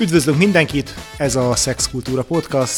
Üdvözlünk mindenkit, ez a Szexkultúra Podcast.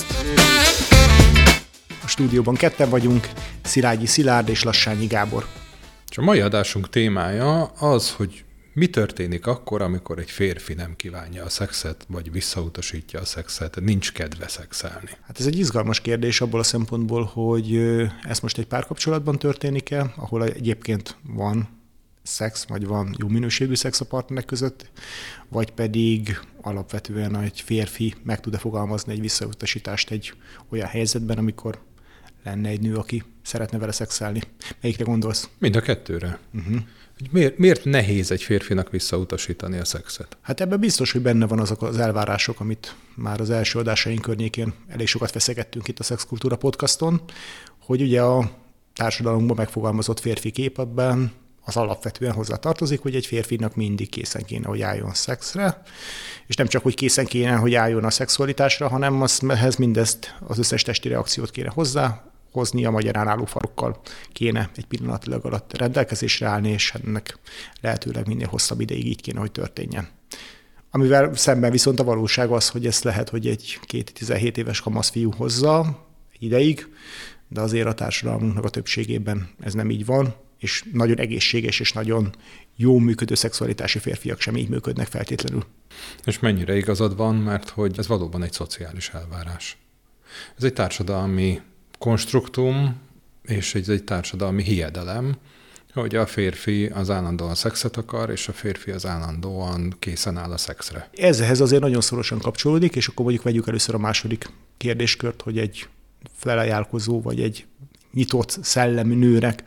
A stúdióban ketten vagyunk, Szilágyi Szilárd és Lassányi Gábor. És a mai adásunk témája az, hogy mi történik akkor, amikor egy férfi nem kívánja a szexet, vagy visszautasítja a szexet, nincs kedve szexelni. Hát ez egy izgalmas kérdés abból a szempontból, hogy ez most egy párkapcsolatban történik-e, ahol egyébként van szex, vagy van jó minőségű szex a partnerek között, vagy pedig alapvetően egy férfi meg tud-e fogalmazni egy visszautasítást egy olyan helyzetben, amikor lenne egy nő, aki szeretne vele szexelni. Melyikre gondolsz? Mind a kettőre. Miért nehéz egy férfinak visszautasítani a szexet? Hát ebben biztos, hogy benne van azok az elvárások, amit már az első adásaink környékén elég sokat feszegettünk itt a Szexkultúra Podcaston, hogy ugye a társadalomban megfogalmazott férfi képben az alapvetően hozzá tartozik, hogy egy férfinak mindig készen kéne, hogy álljon szexre, és nem csak, hogy készen kéne, hogy álljon a szexualitásra, hanem ehhez mindezt, az összes testi reakciót kéne hozzáhozni, a magyarán álló farokkal kéne egy pillanatilag alatt rendelkezésre állni, és ennek lehetőleg minél hosszabb ideig így kéne, hogy történjen. Amivel szemben viszont a valóság az, hogy ezt lehet, hogy egy 17 éves kamasz fiú hozza egy ideig, de azért a társadalmunknak a többségében ez nem így van, és nagyon egészséges és nagyon jó működő szexualitási férfiak sem így működnek feltétlenül. És mennyire igazad van, mert hogy ez valóban egy szociális elvárás. Ez egy társadalmi konstruktum, és ez egy társadalmi hiedelem, hogy a férfi az állandóan szexet akar, és a férfi az állandóan készen áll a szexre. Ehhez azért nagyon szorosan kapcsolódik, és akkor mondjuk vegyük először a második kérdéskört, hogy egy felajánlkozó vagy egy nyitott szellemű nőnek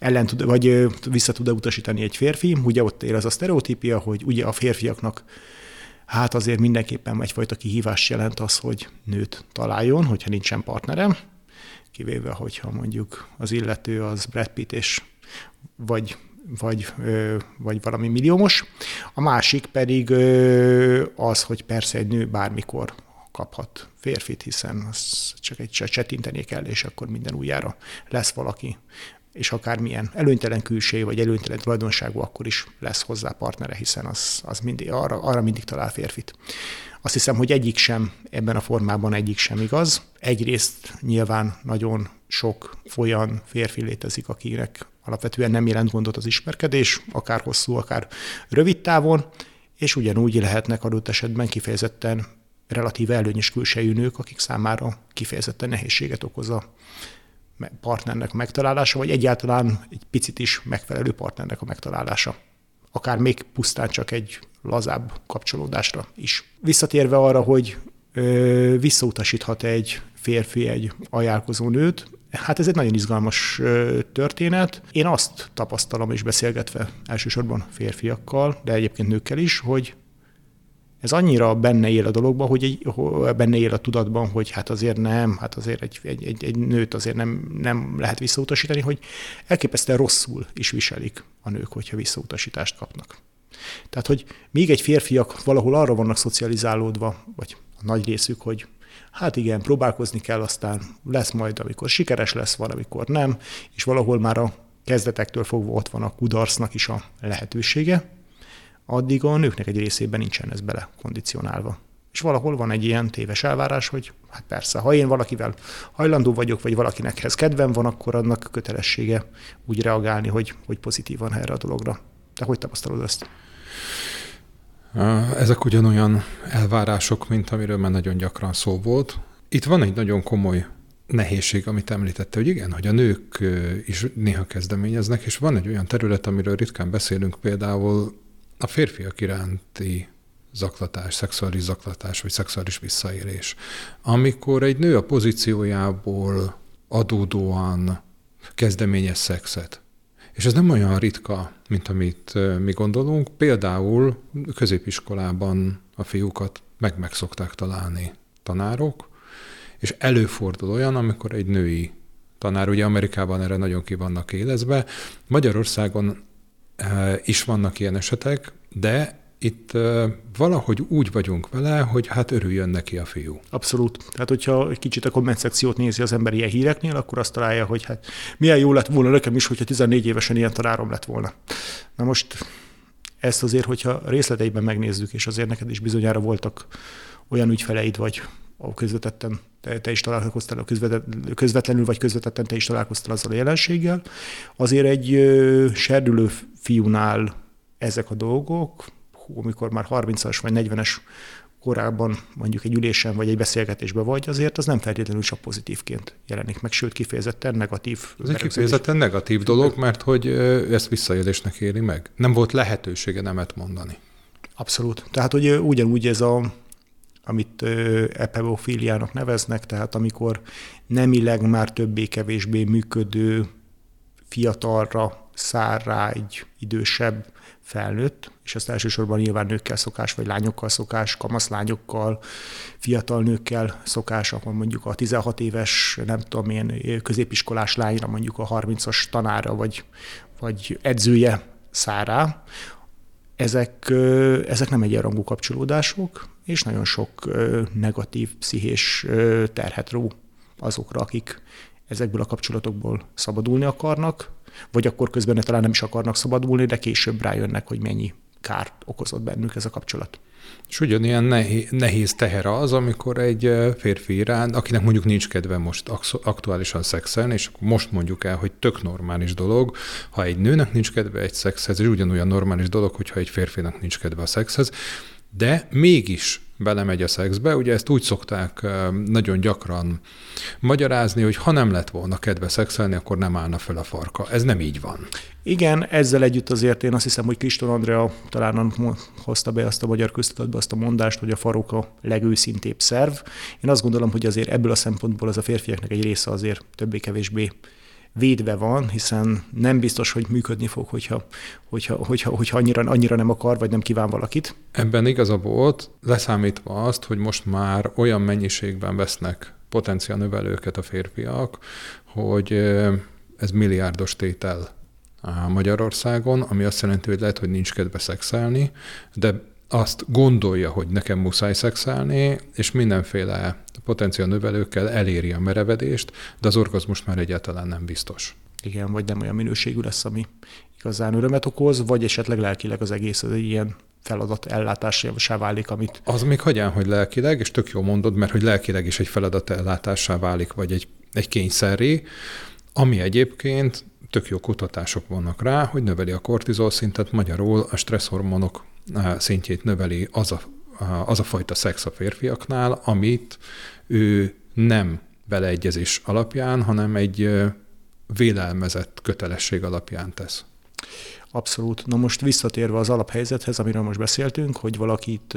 vagy vissza tud utasítani egy férfi. Ugye ott ér az a sztereotípia, hogy ugye a férfiaknak hát azért mindenképpen egyfajta kihívás jelent az, hogy nőt találjon, hogyha nincsen partnerem, kivéve, hogyha mondjuk az illető az Brad Pitt és vagy valami milliómos. A másik pedig az, hogy persze egy nő bármikor kaphat férfit, hiszen az csak egy csettinteni kell, és akkor minden újjára lesz valaki, és akármilyen előnytelen külső vagy előnytelen tulajdonságú, akkor is lesz hozzá partnere, hiszen az mindig, arra mindig talál férfit. Azt hiszem, hogy egyik sem, ebben a formában egyik sem igaz. Egyrészt nyilván nagyon sok olyan férfi létezik, akinek alapvetően nem jelent gondot az ismerkedés, akár hosszú, akár rövid távon, és ugyanúgy lehetnek adott esetben kifejezetten relatíve előnyös külsejű nők, akik számára kifejezetten nehézséget okoz a partnernek megtalálása, vagy egyáltalán egy picit is megfelelő partnernek a megtalálása. Akár még pusztán csak egy lazább kapcsolódásra is. Visszatérve arra, hogy visszautasíthat egy férfi egy ajánlkozó nőt, hát ez egy nagyon izgalmas történet. Én azt tapasztalom, és beszélgetve elsősorban férfiakkal, de egyébként nőkkel is, hogy ez annyira benne él a dologban, hogy benne él a tudatban, hogy hát azért nem, hát azért egy nőt azért nem lehet visszautasítani, hogy elképesztően rosszul is viselik a nők, hogyha visszautasítást kapnak. Tehát, hogy még egy férfiak valahol arra vannak szocializálódva, vagy a nagy részük, hogy hát igen, próbálkozni kell, aztán lesz majd, amikor sikeres lesz, van, amikor nem, és valahol már a kezdetektől fogva ott van a kudarcnak is a lehetősége, addig a nőknek egy részében nincsen ez bele kondicionálva. És valahol van egy ilyen téves elvárás, hogy hát persze, ha én valakivel hajlandó vagyok, vagy valakinek ehhez kedvem van, akkor annak kötelessége úgy reagálni, hogy pozitívan erre a dologra. Te hogy tapasztalod ezt? Ezek ugyanolyan elvárások, mint amiről már nagyon gyakran szó volt. Itt van egy nagyon komoly nehézség, amit említette, hogy igen, hogy a nők is néha kezdeményeznek, és van egy olyan terület, amiről ritkán beszélünk, például a férfiak iránti zaklatás, szexuális zaklatás, vagy szexuális visszaélés. Amikor egy nő a pozíciójából adódóan kezdeményez szexet, és ez nem olyan ritka, mint amit mi gondolunk. Például középiskolában a fiúkat meg szokták találni tanárok, és előfordul olyan, amikor egy női tanár, ugye Amerikában erre nagyon ki vannak élezve, Magyarországon is vannak ilyen esetek, de itt valahogy úgy vagyunk vele, hogy hát örüljön neki a fiú. Abszolút. Tehát, hogyha egy kicsit a komment szekciót nézi az ember ilyen híreknél, akkor azt találja, hogy hát milyen jó lett volna nekem is, hogyha 14 évesen ilyen tanárom lett volna. Na most ezt azért, hogyha részleteiben megnézzük, és azért neked is bizonyára voltak olyan ügyfeleid vagy, ahol közvetetten te is találkoztál, közvetlenül vagy közvetetten te is találkoztál azzal a jelenséggel. Azért egy serdülő fiúnál ezek a dolgok, amikor már 30-as vagy 40-es korában mondjuk egy ülésen vagy egy beszélgetésben vagy, azért az nem feltétlenül csak pozitívként jelenik meg, sőt kifejezetten negatív. Ez egy kifejezetten negatív dolog, mert hogy ezt visszaélésnek éli meg. Nem volt lehetősége nemet mondani. Abszolút. Tehát, hogy ugyanúgy ez amit epebofíliának neveznek, tehát amikor nemileg már többé-kevésbé működő fiatalra szár rá egy idősebb felnőtt, és ezt elsősorban nyilván nőkkel szokás, vagy lányokkal szokás, kamaszlányokkal, fiatal nőkkel szokás, akkor mondjuk a 16 éves, nem tudom én, középiskolás lányra, mondjuk a 30-as tanára, vagy edzője szár rá. Ezek nem egyenrangú kapcsolódások, és nagyon sok negatív pszichés terhet ró azokra, akik ezekből a kapcsolatokból szabadulni akarnak, vagy akkor közben talán nem is akarnak szabadulni, de később rájönnek, hogy mennyi kárt okozott bennük ez a kapcsolat. És ugyanilyen nehéz teher az, amikor egy férfi iránt, akinek mondjuk nincs kedve most aktuálisan szexelni, és akkor most mondjuk el, hogy tök normális dolog, ha egy nőnek nincs kedve egy szexhez, és ugyanolyan normális dolog, hogyha egy férfinak nincs kedve a szexhez, de mégis belemegy a szexbe. Ugye ezt úgy szokták nagyon gyakran magyarázni, hogy ha nem lett volna kedve szexelni, akkor nem állna fel a farka. Ez nem így van. Igen, ezzel együtt azért én azt hiszem, hogy Kriston Andrea talán hozta be azt a magyar köztudatba azt a mondást, hogy a farok a legőszintébb szerv. Én azt gondolom, hogy azért ebből a szempontból az a férfiaknak egy része azért többé-kevésbé védve van, hiszen nem biztos, hogy működni fog, hogyha annyira nem akar, vagy nem kíván valakit. Ebben igaza volt, leszámítva azt, hogy most már olyan mennyiségben vesznek potenciálnövelőket a férfiak, hogy ez milliárdos tétel Magyarországon, ami azt jelenti, hogy lehet, hogy nincs kedve szexelni, de azt gondolja, hogy nekem muszáj szexelni, és mindenféle potenciálnövelőkkel eléri a merevedést, de az orgazmus már egyáltalán nem biztos. Igen, vagy nem olyan minőségű lesz, ami igazán örömet okoz, vagy esetleg lelkileg az egész az egy ilyen feladat ellátássá válik, amit... Az még hagyján, hogy lelkileg, és tök jól mondod, mert hogy lelkileg is egy feladat ellátássá válik, vagy egy kényszerré, ami egyébként tök jó kutatások vannak rá, hogy növeli a kortizol szintet, magyarul a stresszhormonok szintjét növeli az a fajta szex a férfiaknál, amit ő nem beleegyezés alapján, hanem egy vélelmezett kötelesség alapján tesz. Abszolút. Na most visszatérve az alaphelyzethez, amiről most beszéltünk, hogy valakit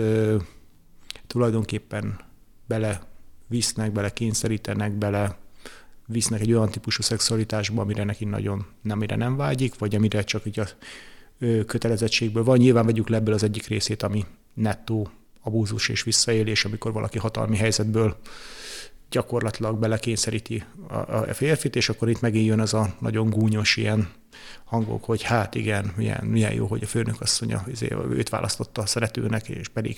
tulajdonképpen belevisznek, belekényszerítenek, visznek egy olyan típusú szexualitásba, amire nem vágyik, vagy amire csak így a kötelezettségből van. Nyilván vegyük le ebből az egyik részét, ami nettó abúzus és visszaélés, amikor valaki hatalmi helyzetből gyakorlatilag belekényszeríti a férfit, és akkor itt megint jön az a nagyon gúnyos ilyen hangok, hogy hát igen, milyen jó, hogy a főnök asszonya őt választotta a szeretőnek, és pedig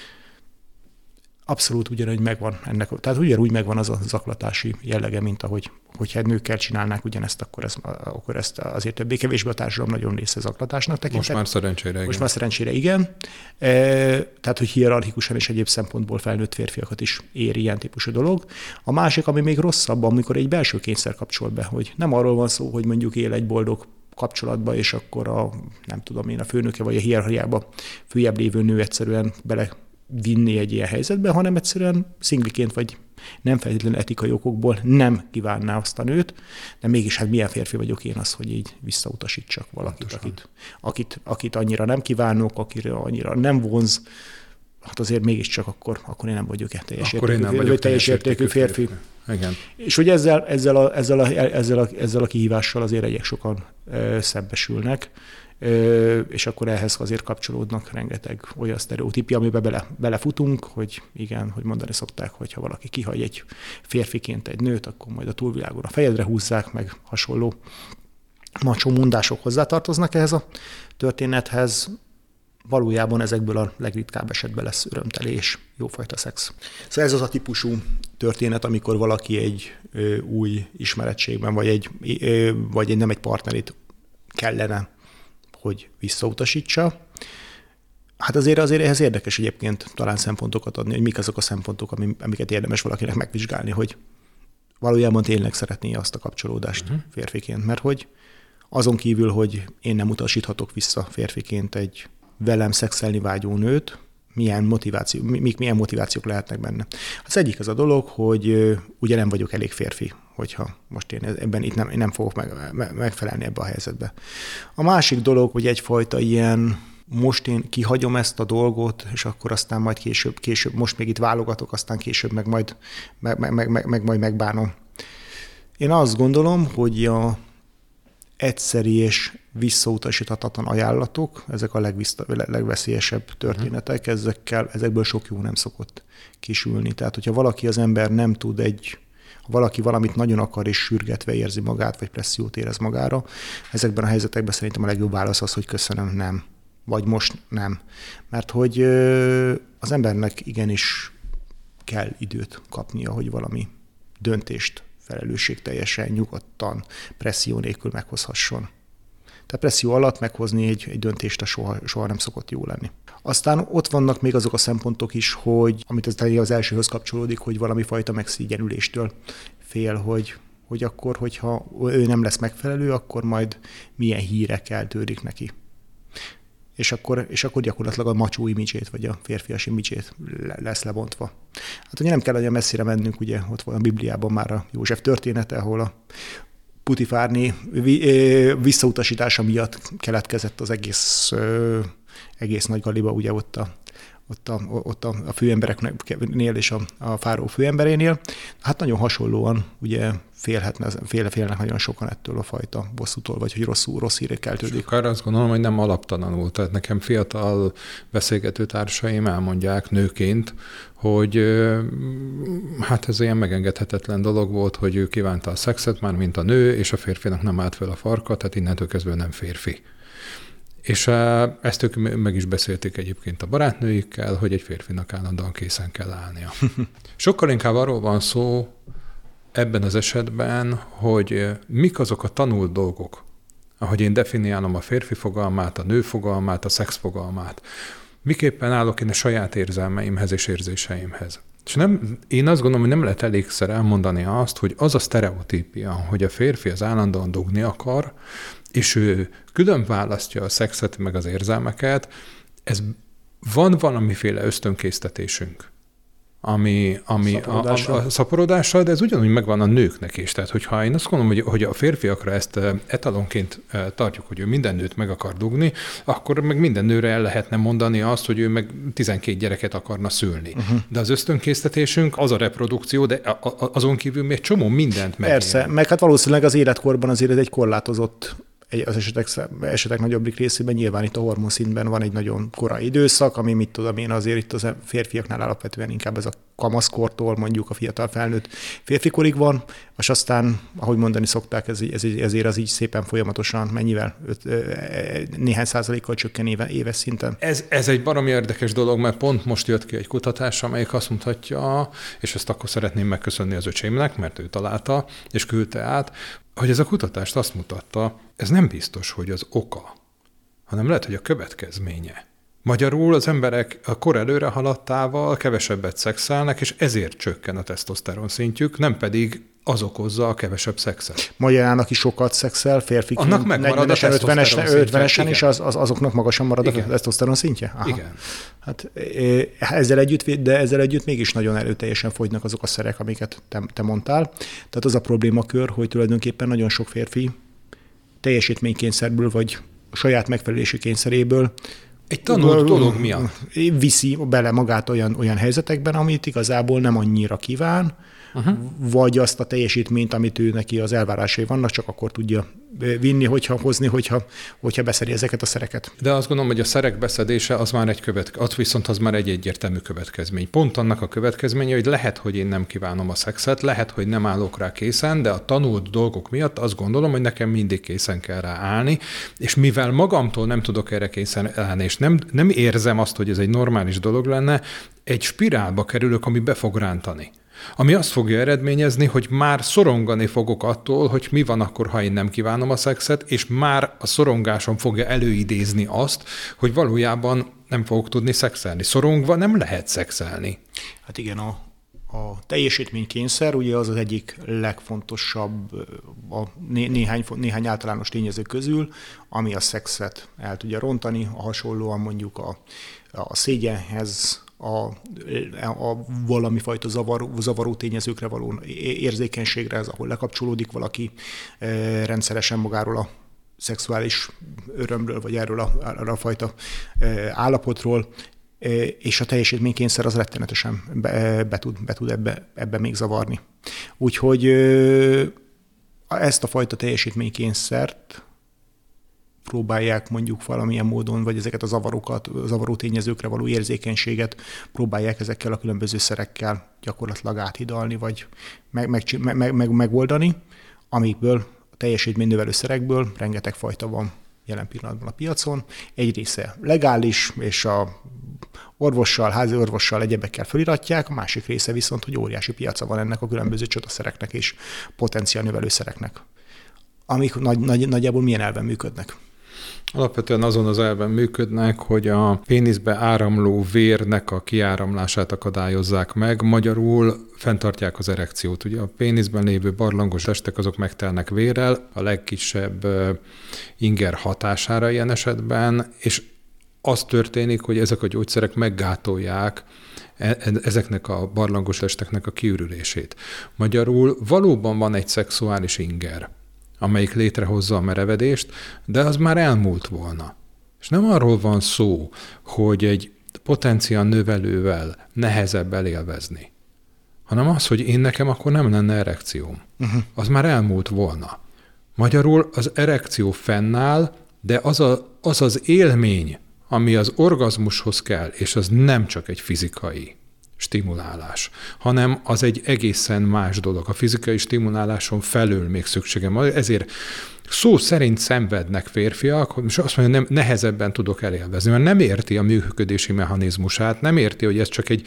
abszolút ugyanúgy megvan ennek, tehát ugyanúgy megvan az a zaklatási jellege, mint hogyha nőkkel csinálnák ugyanezt, akkor ezt azért többé-kevésbé a társadalom nagyon része zaklatásnak tekintek. Most már szerencsére igen. Tehát, hogy hierarchikusan és egyéb szempontból felnőtt férfiakat is ér ilyen típusú dolog. A másik, ami még rosszabb, amikor egy belső kényszer kapcsol be, hogy nem arról van szó, hogy mondjuk él egy boldog kapcsolatba, és akkor a főnöke vagy a hierarchiába följebb lévő nő egyszerűen vinni egy ilyen helyzetbe, hanem egyszerűen szingliként vagy nem feltétlenül etikai okokból nem kívánná azt a nőt, de mégis hát milyen férfi vagyok én az, hogy így visszautasítsak valakit, akit annyira nem kívánok, akire annyira nem vonz, hát azért mégiscsak akkor én nem vagyok teljes értékű férfi. Igen. És hogy ezzel a kihívással azért egyek sokan szembesülnek, és akkor ehhez azért kapcsolódnak rengeteg olyan sztereotípia, amiben belefutunk, hogy igen, hogy mondani szokták, hogy ha valaki kihagy egy férfiként egy nőt, akkor majd a túlvilágon a fejedre húzzák, meg hasonló macsó mondások hozzátartoznak ehhez a történethez. Valójában ezekből a legritkább esetben lesz örömteli és jófajta szex. Szóval ez az a típusú történet, amikor valaki egy új ismerettségben, vagy nem egy partnerét kellene, hogy visszautasítsa. Hát azért ehhez érdekes egyébként talán szempontokat adni, hogy mik azok a szempontok, amiket érdemes valakinek megvizsgálni, hogy valójában tényleg szeretné azt a kapcsolódást férfiként. Mert hogy azon kívül, hogy én nem utasíthatok vissza férfiként egy velem szexelni vágyó nőt, milyen motivációk lehetnek benne. Az egyik az a dolog, hogy ugye nem vagyok elég férfi, hogyha most én ebben itt nem fogok megfelelni ebbe a helyzetbe. A másik dolog, hogy egyfajta ilyen, most én kihagyom ezt a dolgot, és akkor aztán majd később most még itt válogatok, aztán később meg majd megbánom. Én azt gondolom, hogy a egyszeri és visszautasíthatatlan ajánlatok, ezek a legveszélyesebb történetek, ezekből sok jó nem szokott kisülni. Tehát, hogyha valaki az ember nem tud valaki valamit nagyon akar és sürgetve érzi magát, vagy pressziót érez magára, ezekben a helyzetekben szerintem a legjobb válasz az, hogy köszönöm, nem. Vagy most nem. Mert hogy az embernek igenis kell időt kapnia, hogy valami döntést felelősségteljesen, nyugodtan, presszió nélkül meghozhasson. Tehát presszió alatt meghozni egy döntést soha nem szokott jó lenni. Aztán ott vannak még azok a szempontok is, hogy, amit az elsőhöz kapcsolódik, hogy valami fajta megszégyenüléstől fél, hogy akkor, hogyha ő nem lesz megfelelő, akkor majd milyen hírek eltőrik neki. És akkor gyakorlatilag a macsó imidzsét, vagy a férfias imidzsét lesz lebontva. Hát ugye nem kell nagyon messzire mennünk, ugye ott van a Bibliában már a József története, ahol a Putifárné visszautasítása miatt keletkezett az egész nagy galiba, ugye ott a főembereknél és a fáraó főemberénél. Hát nagyon hasonlóan ugye félnek nagyon sokan ettől a fajta bosszútól, vagy hogy rossz hírek keltődik. Akár azt gondolom, hogy nem alaptalanul. Tehát nekem fiatal beszélgető társaim elmondják nőként, hogy hát ez ilyen megengedhetetlen dolog volt, hogy ő kívánta a szexet, már mint a nő, és a férfinak nem állt fel a farka, tehát innentől kezdve nem férfi. És ezt ők meg is beszélték egyébként a barátnőikkel, hogy egy férfinak állandóan készen kell állnia. Sokkal inkább arról van szó ebben az esetben, hogy mik azok a tanult dolgok, ahogy én definiálom a férfi fogalmát, a nő fogalmát, a szex fogalmát. Miképpen állok én a saját érzelmeimhez és érzéseimhez. És én azt gondolom, hogy nem lehet elégszer elmondani azt, hogy az a sztereotípia, hogy a férfi az állandóan dugni akar, és ő külön választja a szexet meg az érzelmeket, van valamiféle ösztönkésztetésünk, ami a szaporodással, de ez ugyanúgy megvan a nőknek is. Tehát, hogyha én azt gondolom, hogy a férfiakra ezt etalonként tartjuk, hogy ő minden nőt meg akar dugni, akkor meg minden nőre el lehetne mondani azt, hogy ő meg 12 gyereket akarna szülni. De az ösztönkésztetésünk az a reprodukció, de azon kívül még egy csomó mindent megél. Persze, meg hát valószínűleg az életkorban azért ez egy korlátozott, az esetek nagyobbik részében nyilván itt a hormonszintben van egy nagyon korai időszak, ami mit tudom én azért itt az férfiaknál alapvetően inkább ez a kamaszkortól mondjuk a fiatal felnőtt férfikorig van, és aztán, ahogy mondani szokták, ezért az így szépen folyamatosan mennyivel? Néhány százalékkal csökken éves szinten. Ez egy baromi érdekes dolog, mert pont most jött ki egy kutatás, amelyik azt mutatja, és ezt akkor szeretném megköszönni az öcsémnek, mert ő találta, és küldte át, hogy ez a kutatást azt mutatta, ez nem biztos, hogy az oka, hanem lehet, hogy a következménye. Magyarul az emberek a kor előre haladtával kevesebbet szexelnek, és ezért csökken a tesztoszteron szintjük, nem pedig az okozza a kevesebb szexet. Magyarának is sokat szexel, férfiként 40-esen, 50-esen is azoknak magasan marad a tesztoszteron szintje? Aha. Igen. Hát ezzel együtt mégis nagyon erőteljesen fogynak azok a szerek, amiket te mondtál. Tehát az a problémakör, hogy tulajdonképpen nagyon sok férfi teljesítménykényszerből, vagy a saját megfelelési kényszeréből egy tanult dolog miatt viszi bele magát olyan helyzetekben, amit igazából nem annyira kíván, vagy azt a teljesítményt, amit ő neki az elvárásai vannak, csak akkor tudja vinni, hozni, hogyha beszedi ezeket a szereket. De azt gondolom, hogy a szerek beszedése az már az már egy egyértelmű következmény. Pont annak a következménye, hogy lehet, hogy én nem kívánom a szexet, lehet, hogy nem állok rá készen, de a tanult dolgok miatt azt gondolom, hogy nekem mindig készen kell rá állni, és mivel magamtól nem tudok erre készen állni, és nem érzem azt, hogy ez egy normális dolog lenne, egy spirálba kerülök, ami be fog rántani. Ami azt fogja eredményezni, hogy már szorongani fogok attól, hogy mi van akkor, ha én nem kívánom a szexet, és már a szorongásom fogja előidézni azt, hogy valójában nem fogok tudni szexelni. Szorongva nem lehet szexelni. Hát igen, a teljesítménykényszer ugye az egyik legfontosabb a néhány általános tényező közül, ami a szexet el tudja rontani, hasonlóan mondjuk a szégyenhez, a valami fajta zavaró tényezőkre való érzékenységre, ez ahol lekapcsolódik valaki rendszeresen magáról a szexuális örömről, vagy erről a fajta állapotról, és a teljesítménykényszer az rettenetesen be tud ebbe még zavarni. Úgyhogy ezt a fajta teljesítménykényszert próbálják mondjuk valamilyen módon, vagy ezeket a zavaró tényezőkre való érzékenységet próbálják ezekkel a különböző szerekkel gyakorlatilag áthidalni, vagy megoldani, amikből a teljesítménynövelő szerekből rengeteg fajta van jelen pillanatban a piacon. Egy része legális, és a orvossal, házi orvossal, egyebekkel feliratják, a másik része viszont, hogy óriási piaca van ennek a különböző csodaszereknek és potenciál növelőszereknek, amik nagyjából milyen elven működnek. Alapvetően azon az elven működnek, hogy a péniszbe áramló vérnek a kiáramlását akadályozzák meg, magyarul fenntartják az erekciót. Ugye a péniszben lévő barlangos testek azok megtelnek vérrel, a legkisebb inger hatására ilyen esetben, és az történik, hogy ezek a gyógyszerek meggátolják ezeknek a barlangos testeknek a kiürülését. Magyarul valóban van egy szexuális inger, amelyik létrehozza a merevedést, de az már elmúlt volna. És nem arról van szó, hogy egy potenciál növelővel nehezebb elélvezni, hanem az, hogy nekem akkor nem lenne erekcióm. Az már elmúlt volna. Magyarul az erekció fennáll, de az az élmény, ami az orgazmushoz kell, és az nem csak egy fizikai stimulálás, hanem az egy egészen más dolog. A fizikai stimuláláson felül még szükségem van. Ezért szó szerint szenvednek férfiak, és azt mondja, nem, nehezebben tudok elélvezni, mert nem érti a működési mechanizmusát, nem érti, hogy ez csak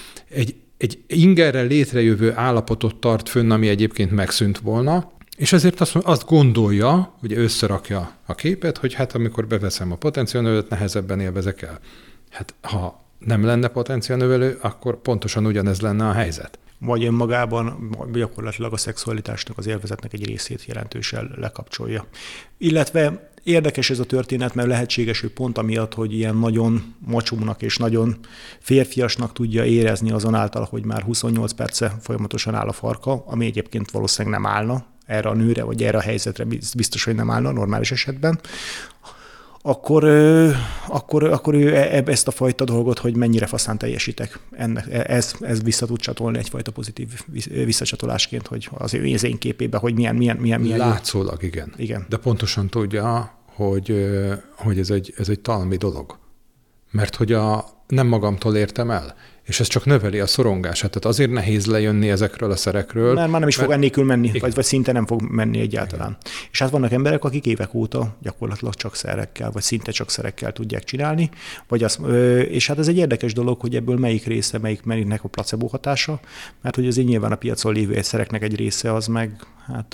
egy ingerrel létrejövő állapotot tart fönn, ami egyébként megszűnt volna, és ezért azt gondolja, hogy összerakja a képet, hogy hát amikor beveszem a potenciálnövelőt, nehezebben élvezek el. Hát ha nem lenne potenciálnövelő, akkor pontosan ugyanez lenne a helyzet. Vagy önmagában gyakorlatilag a szexualitásnak, az élvezetnek egy részét jelentősen lekapcsolja. Illetve érdekes ez a történet, mert lehetséges, hogy pont amiatt, hogy ilyen nagyon macsónak és nagyon férfiasnak tudja érezni azonáltal, hogy már 28 perce folyamatosan áll a farka, ami egyébként valószínűleg nem állna erre a nőre, vagy erre a helyzetre biztos, hogy nem állna normális esetben, akkor ő ezt a fajta dolgot, hogy mennyire faszán teljesítek, ez vissza tud csatolni egyfajta pozitív visszacsatolásként, hogy az én képében, hogy milyen látszólag igen. De pontosan tudja, hogy ez egy talmi dolog. Mert hogy nem magamtól értem el, és ez csak növeli a szorongását. Tehát azért nehéz lejönni ezekről a szerekről. Mert már nem is fog ennélkül menni, vagy szinte nem fog menni egyáltalán. Igen. És hát vannak emberek, akik évek óta gyakorlatilag csak szerekkel, vagy szinte csak szerekkel tudják csinálni. És hát ez egy érdekes dolog, hogy ebből melyik része, melyiknek a placebo hatása, mert hogy azért nyilván a piacon lévő szereknek egy része az meg hát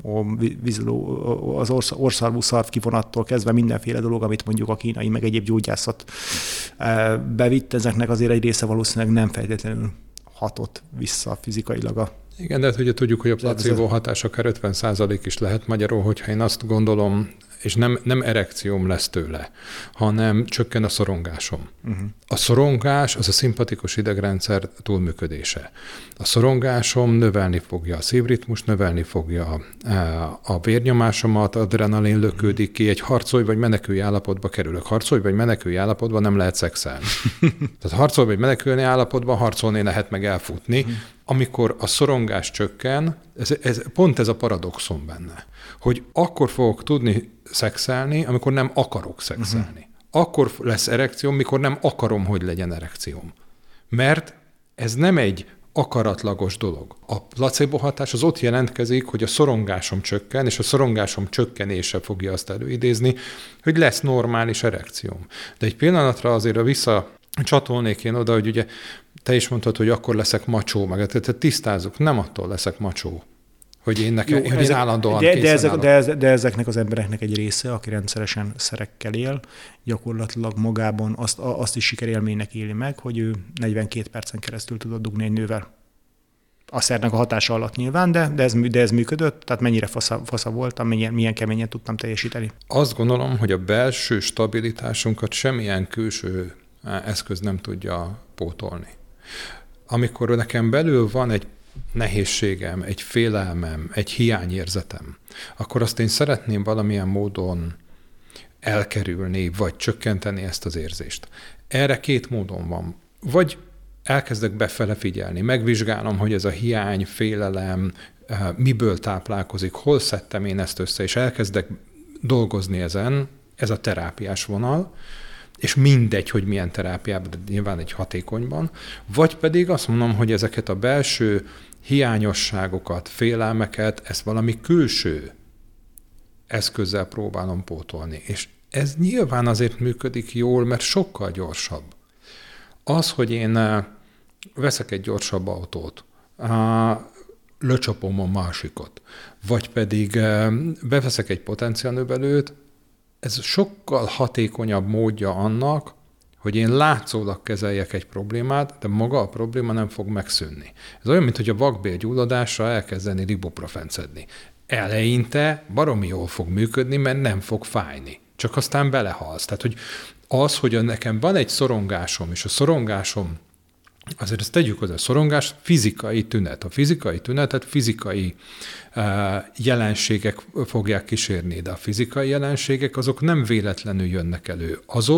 az orrszarvú szarv kivonattól kezdve mindenféle dolog, amit mondjuk a kínai, meg egyéb gyógyászat bevitt, ezeknek azért egy része valószínűleg nem feltétlenül hatott vissza fizikailag Igen, de hát ugye tudjuk, hogy a placebo hatás akár 50% is lehet magyarul, hogyha én azt gondolom, és nem erekcióm lesz tőle, hanem csökken a szorongásom. A szorongás az a szimpatikus idegrendszer túlműködése. A szorongásom növelni fogja a szívritmust, növelni fogja a vérnyomásomat, adrenalin lökődik ki, egy harcolj vagy menekülj állapotba kerülök. Harcolj vagy menekülj állapotban nem lehet szexelni. Tehát harcolj vagy menekülni állapotban harcolni lehet meg elfutni. Amikor a szorongás csökken, pont ez a paradoxon benne, hogy akkor fogok tudni szexelni, amikor nem akarok szexelni. Akkor lesz erekcióm, mikor nem akarom, hogy legyen erekcióm. Mert ez nem egy akaratlagos dolog. A placebo hatás az ott jelentkezik, hogy a szorongásom csökken, és a szorongásom csökkenése fogja azt előidézni, hogy lesz normális erekcióm. De egy pillanatra azért visszacsatolnék én oda, hogy ugye te is mondtad, hogy akkor leszek macsó, meg tehát tisztázzuk, nem attól leszek macsó, Hogy én állandóan de ezeknek az embereknek egy része, aki rendszeresen szerekkel él, gyakorlatilag magában azt is sikerélménynek éli meg, hogy ő 42 percen keresztül tudott dugni egy nővel. A szernek a hatása alatt nyilván, de ez működött, tehát mennyire fasza voltam, milyen keményen tudtam teljesíteni. Azt gondolom, hogy a belső stabilitásunkat semmilyen külső eszköz nem tudja pótolni. Amikor nekem belül van egy nehézségem, egy félelmem, egy hiányérzetem, akkor azt én szeretném valamilyen módon elkerülni, vagy csökkenteni ezt az érzést. Erre 2 módon van. Vagy elkezdek befele figyelni, megvizsgálom, hogy ez a hiány, félelem miből táplálkozik, hol szedtem én ezt össze, és elkezdek dolgozni ezen, ez a terápiás vonal, és mindegy, hogy milyen terápiában, de nyilván egy hatékonyban, vagy pedig azt mondom, hogy ezeket a belső hiányosságokat, félelmeket, ezt valami külső eszközzel próbálom pótolni. És ez nyilván azért működik jól, mert sokkal gyorsabb. Az, hogy én veszek egy gyorsabb autót, löcsapom a másikat, vagy pedig beveszek egy potenciálnövelőt, ez sokkal hatékonyabb módja annak, hogy én látszólag kezeljek egy problémát, de maga a probléma nem fog megszűnni. Ez olyan, mint hogy a vakbélgyulladásra elkezdeni ibuprofen szedni. Eleinte baromi jól fog működni, mert nem fog fájni. Csak aztán belehalsz. Tehát, hogy nekem van egy szorongásom, és a szorongásom, azért ezt tegyük hozzá, a szorongás fizikai tünet. A fizikai tünetet fizikai jelenségek fogják kísérni, de a fizikai jelenségek azok nem véletlenül jönnek elő.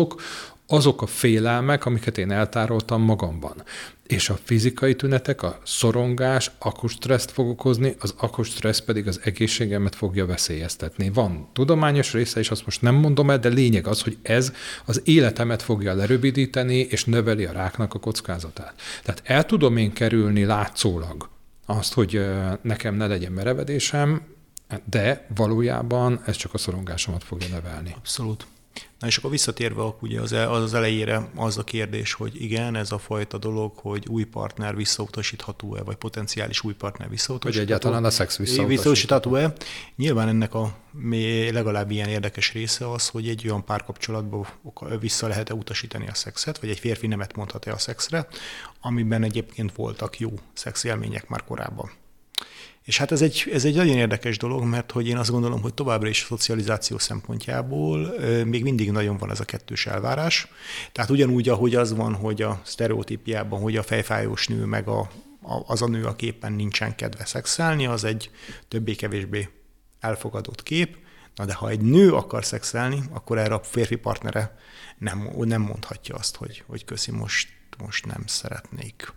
Azok a félelmek, amiket én eltároltam magamban. És a fizikai tünetek, a szorongás akkustresszt fog okozni, az akkustressz pedig az egészségemet fogja veszélyeztetni. Van tudományos része, és azt most nem mondom el, de lényeg az, hogy ez az életemet fogja lerövidíteni, és növeli a ráknak a kockázatát. Tehát el tudom én kerülni látszólag azt, hogy nekem ne legyen merevedésem, de valójában ez csak a szorongásomat fogja növelni. Abszolút. Na és akkor visszatérve ugye az elejére az a kérdés, hogy igen, ez a fajta dolog, hogy új partner visszautasítható-e, vagy potenciális új partner visszautasítható. Vagy egyáltalán a szex visszautasítható-e. Nyilván ennek a legalább ilyen érdekes része az, hogy egy olyan párkapcsolatban vissza lehet-e utasítani a szexet, vagy egy férfi nemet mondhat-e a szexre, amiben egyébként voltak jó szexélmények már korábban. És hát ez egy nagyon érdekes dolog, mert hogy én azt gondolom, hogy továbbra is a szocializáció szempontjából még mindig nagyon van ez a kettős elvárás. Tehát ugyanúgy, ahogy az van, hogy a sztereotípiában, hogy a fejfájós nő meg az a nő, aki éppen nincsen kedve szexelni, az egy többé-kevésbé elfogadott kép. Na de ha egy nő akar szexelni, akkor erre a férfi partnere nem mondhatja azt, hogy köszi, most nem szeretnék.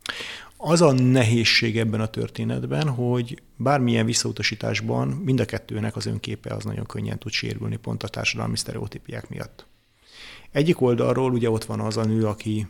Az a nehézség ebben a történetben, hogy bármilyen visszautasításban mind a kettőnek az önképe az nagyon könnyen tud sérülni pont a társadalmi sztereotípiák miatt. Egyik oldalról ugye ott van az a nő, aki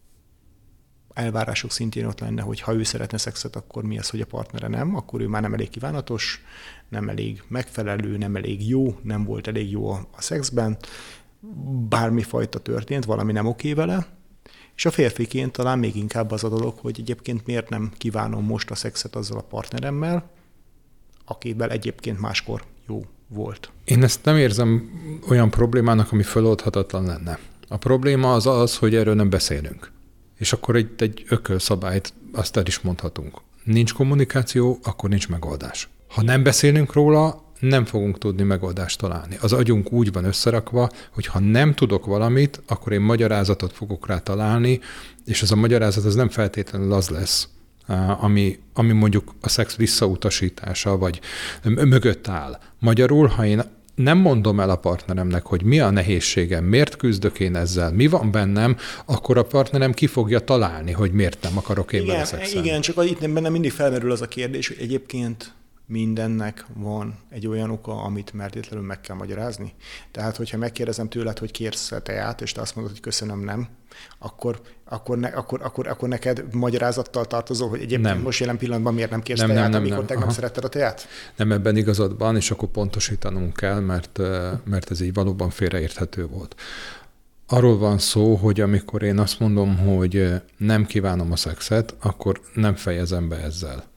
elvárások szintén ott lenne, hogy ha ő szeretne szexet, akkor mi az, hogy a partnere nem, akkor ő már nem elég kívánatos, nem elég megfelelő, nem elég jó, nem volt elég jó a szexben, bármifajta történt, valami nem oké vele. És a férfiként talán még inkább az a dolog, hogy egyébként miért nem kívánom most a szexet azzal a partneremmel, akivel egyébként máskor jó volt. Én ezt nem érzem olyan problémának, ami feloldhatatlan lenne. A probléma az, hogy erről nem beszélünk. És akkor egy ökölszabályt azt el is mondhatunk. Nincs kommunikáció, akkor nincs megoldás. Ha nem beszélünk róla, nem fogunk tudni megoldást találni. Az agyunk úgy van összerakva, hogy ha nem tudok valamit, akkor én magyarázatot fogok rá találni, és ez a magyarázat az nem feltétlenül az lesz, ami mondjuk a szex visszautasítása, vagy mögött áll. Magyarul, ha én nem mondom el a partneremnek, hogy mi a nehézségem, miért küzdök én ezzel, mi van bennem, akkor a partnerem ki fogja találni, hogy miért nem akarok én vele szexelni. Igen, csak itt bennem mindig felmerül az a kérdés, hogy egyébként mindennek van egy olyan oka, amit feltétlenül meg kell magyarázni. Tehát, hogyha megkérdezem tőled, hogy kérsz teát, és te azt mondod, hogy köszönöm, nem, akkor neked magyarázattal tartozol, hogy egyébként nem. Most jelen pillanatban miért nem kérsz teát, amikor tegnap szeretted a teát? Nem, ebben igazad van, és akkor pontosítanunk kell, mert ez így valóban félreérthető volt. Arról van szó, hogy amikor én azt mondom, hogy nem kívánom a szexet, akkor nem fejezem be ezzel.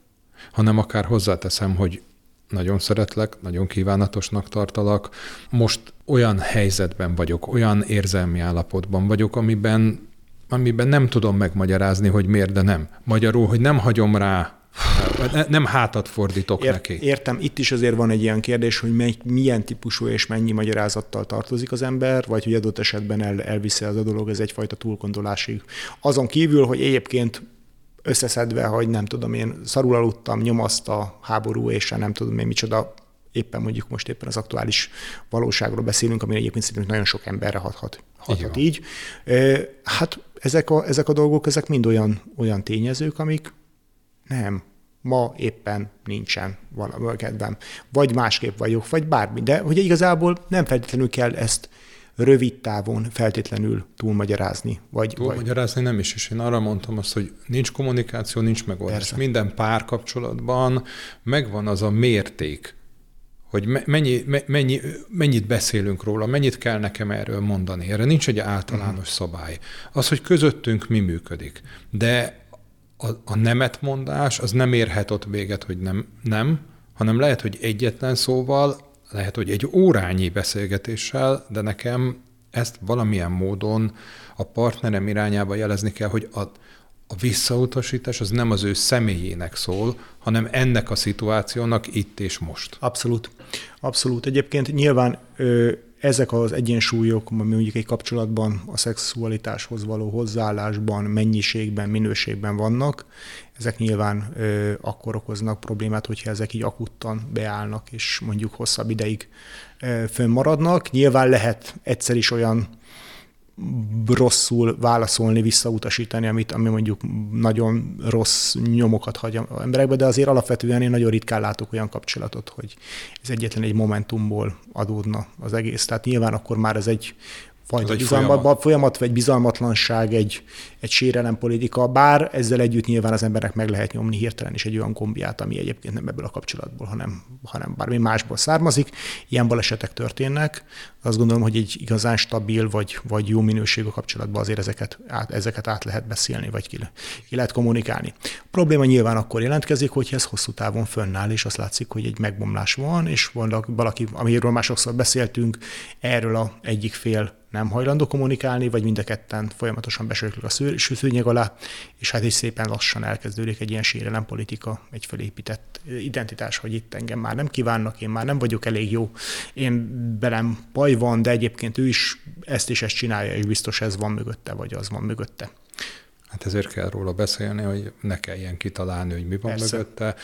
hanem akár hozzáteszem, hogy nagyon szeretlek, nagyon kívánatosnak tartalak. Most olyan helyzetben vagyok, olyan érzelmi állapotban vagyok, amiben nem tudom megmagyarázni, hogy miért, de nem. Magyarul, hogy nem hagyom rá, nem hátat fordítok neki. Értem, itt is azért van egy ilyen kérdés, hogy milyen típusú és mennyi magyarázattal tartozik az ember, vagy hogy adott esetben elviszi az a dolog, ez egyfajta túlgondolásig. Azon kívül, hogy egyébként összeszedve, hogy nem tudom, én szarul aludtam, nyomaszt a háború, és nem tudom én micsoda, éppen mondjuk most éppen az aktuális valóságról beszélünk, ami egyébként szerintem nagyon sok emberre hathat így. Hát ezek a dolgok, ezek mind olyan tényezők, amik nem, ma éppen nincsen valami kedvem. Vagy másképp vagyok, vagy bármi. De hogy igazából nem feltétlenül kell ezt rövid távon feltétlenül túlmagyarázni. Túlmagyarázni nem is, és én arra mondtam azt, hogy nincs kommunikáció, nincs megoldás. Persze. Minden párkapcsolatban megvan az a mérték, hogy mennyit beszélünk róla, mennyit kell nekem erről mondani. Erre nincs egy általános szabály. Az, hogy közöttünk mi működik. De a nemetmondás az nem érhet ott véget, hogy nem, hanem lehet, hogy egyetlen szóval, lehet, hogy egy órányi beszélgetéssel, de nekem ezt valamilyen módon a partnerem irányába jelezni kell, hogy a visszautasítás az nem az ő személyének szól, hanem ennek a szituációnak itt és most. Abszolút. Egyébként nyilván ezek az egyensúlyok, ami mondjuk egy kapcsolatban a szexualitáshoz való hozzáállásban, mennyiségben, minőségben vannak, ezek nyilván akkor okoznak problémát, hogyha ezek így akuttan beállnak, és mondjuk hosszabb ideig fönnmaradnak. Nyilván lehet egyszer is olyan rosszul válaszolni, visszautasítani, ami mondjuk nagyon rossz nyomokat hagy az emberekbe, de azért alapvetően én nagyon ritkán látok olyan kapcsolatot, hogy ez egyetlen egy momentumból adódna az egész. Tehát nyilván akkor már ez egy fajta folyamat, vagy bizalmatlanság, egy sérelempolitika, bár ezzel együtt nyilván az embernek meg lehet nyomni hirtelen is egy olyan gombját, ami egyébként nem ebből a kapcsolatból, hanem bármi másból származik. Ilyen balesetek történnek. Azt gondolom, hogy egy igazán stabil vagy jó minőségű kapcsolatban azért ezeket át lehet beszélni, vagy ki lehet kommunikálni. A probléma nyilván akkor jelentkezik, hogyha ez hosszú távon fönnáll, és azt látszik, hogy egy megbomlás van, és valaki, amiről már sokszor beszéltünk, erről az egyik fél nem hajlandó kommunikálni, vagy mind a ketten folyamatosan besöklik a szőnyeg alá, és hát is szépen lassan elkezdődik egy ilyen sérelempolitika, egy felépített identitás, hogy itt engem már nem kívánnak, én már nem vagyok elég jó, én belem baj van, de egyébként ő is ezt és ezt csinálja, és biztos ez van mögötte, vagy az van mögötte. Hát ezért kell róla beszélni, hogy ne kelljen kitalálni, hogy mi van mögötte,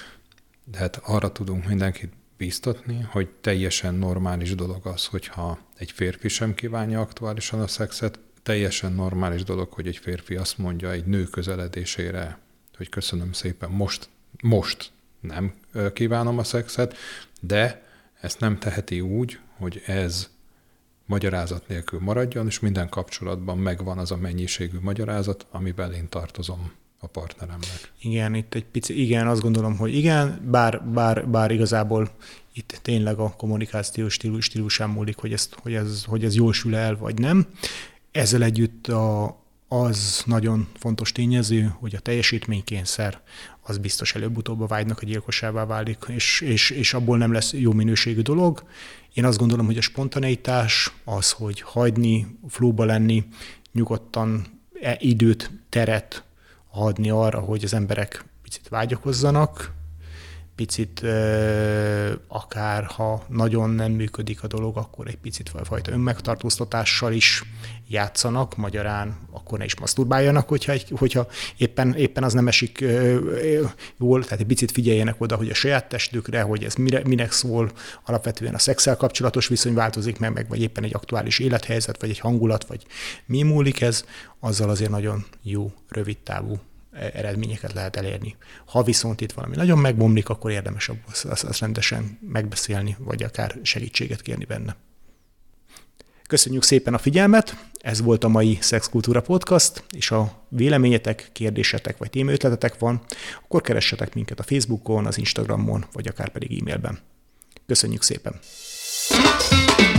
de hát arra tudunk mindenkit bíztatni, hogy teljesen normális dolog az, hogyha egy férfi sem kívánja aktuálisan a szexet, teljesen normális dolog, hogy egy férfi azt mondja egy nő közeledésére, hogy köszönöm szépen, most nem kívánom a szexet, de ezt nem teheti úgy, hogy ez magyarázat nélkül maradjon, és minden kapcsolatban megvan az a mennyiségű magyarázat, amiben én tartozom a partneremnek. Igen, itt egy pici, igen, azt gondolom, hogy igen, bár igazából itt tényleg a kommunikációs stílusán múlik, hogy ez jól sül el, vagy nem. Ezzel együtt az nagyon fontos tényező, hogy a teljesítménykényszer az biztos előbb-utóbb a vágynak a gyilkosává válik, és abból nem lesz jó minőségű dolog. Én azt gondolom, hogy a spontaneitás, az, hogy hagyni, flóba lenni, nyugodtan időt, teret adni arra, hogy az emberek picit vágyakozzanak, picit akár ha nagyon nem működik a dolog, akkor egy picit fajta önmegtartóztatással is játszanak, magyarán akkor ne is maszturbáljanak, hogyha éppen az nem esik jól, tehát egy picit figyeljenek oda, hogy a saját testükre, hogy ez minek szól, alapvetően a szexszel kapcsolatos viszony változik meg, vagy éppen egy aktuális élethelyzet, vagy egy hangulat, vagy mi múlik ez, azzal azért nagyon jó, rövid távú eredményeket lehet elérni. Ha viszont itt valami nagyon megbomlik, akkor érdemes azt rendesen megbeszélni, vagy akár segítséget kérni benne. Köszönjük szépen a figyelmet, ez volt a mai Szexkultúra Podcast, és ha véleményetek, kérdésetek vagy témaötletetek van, akkor keressetek minket a Facebookon, az Instagramon, vagy akár pedig e-mailben. Köszönjük szépen!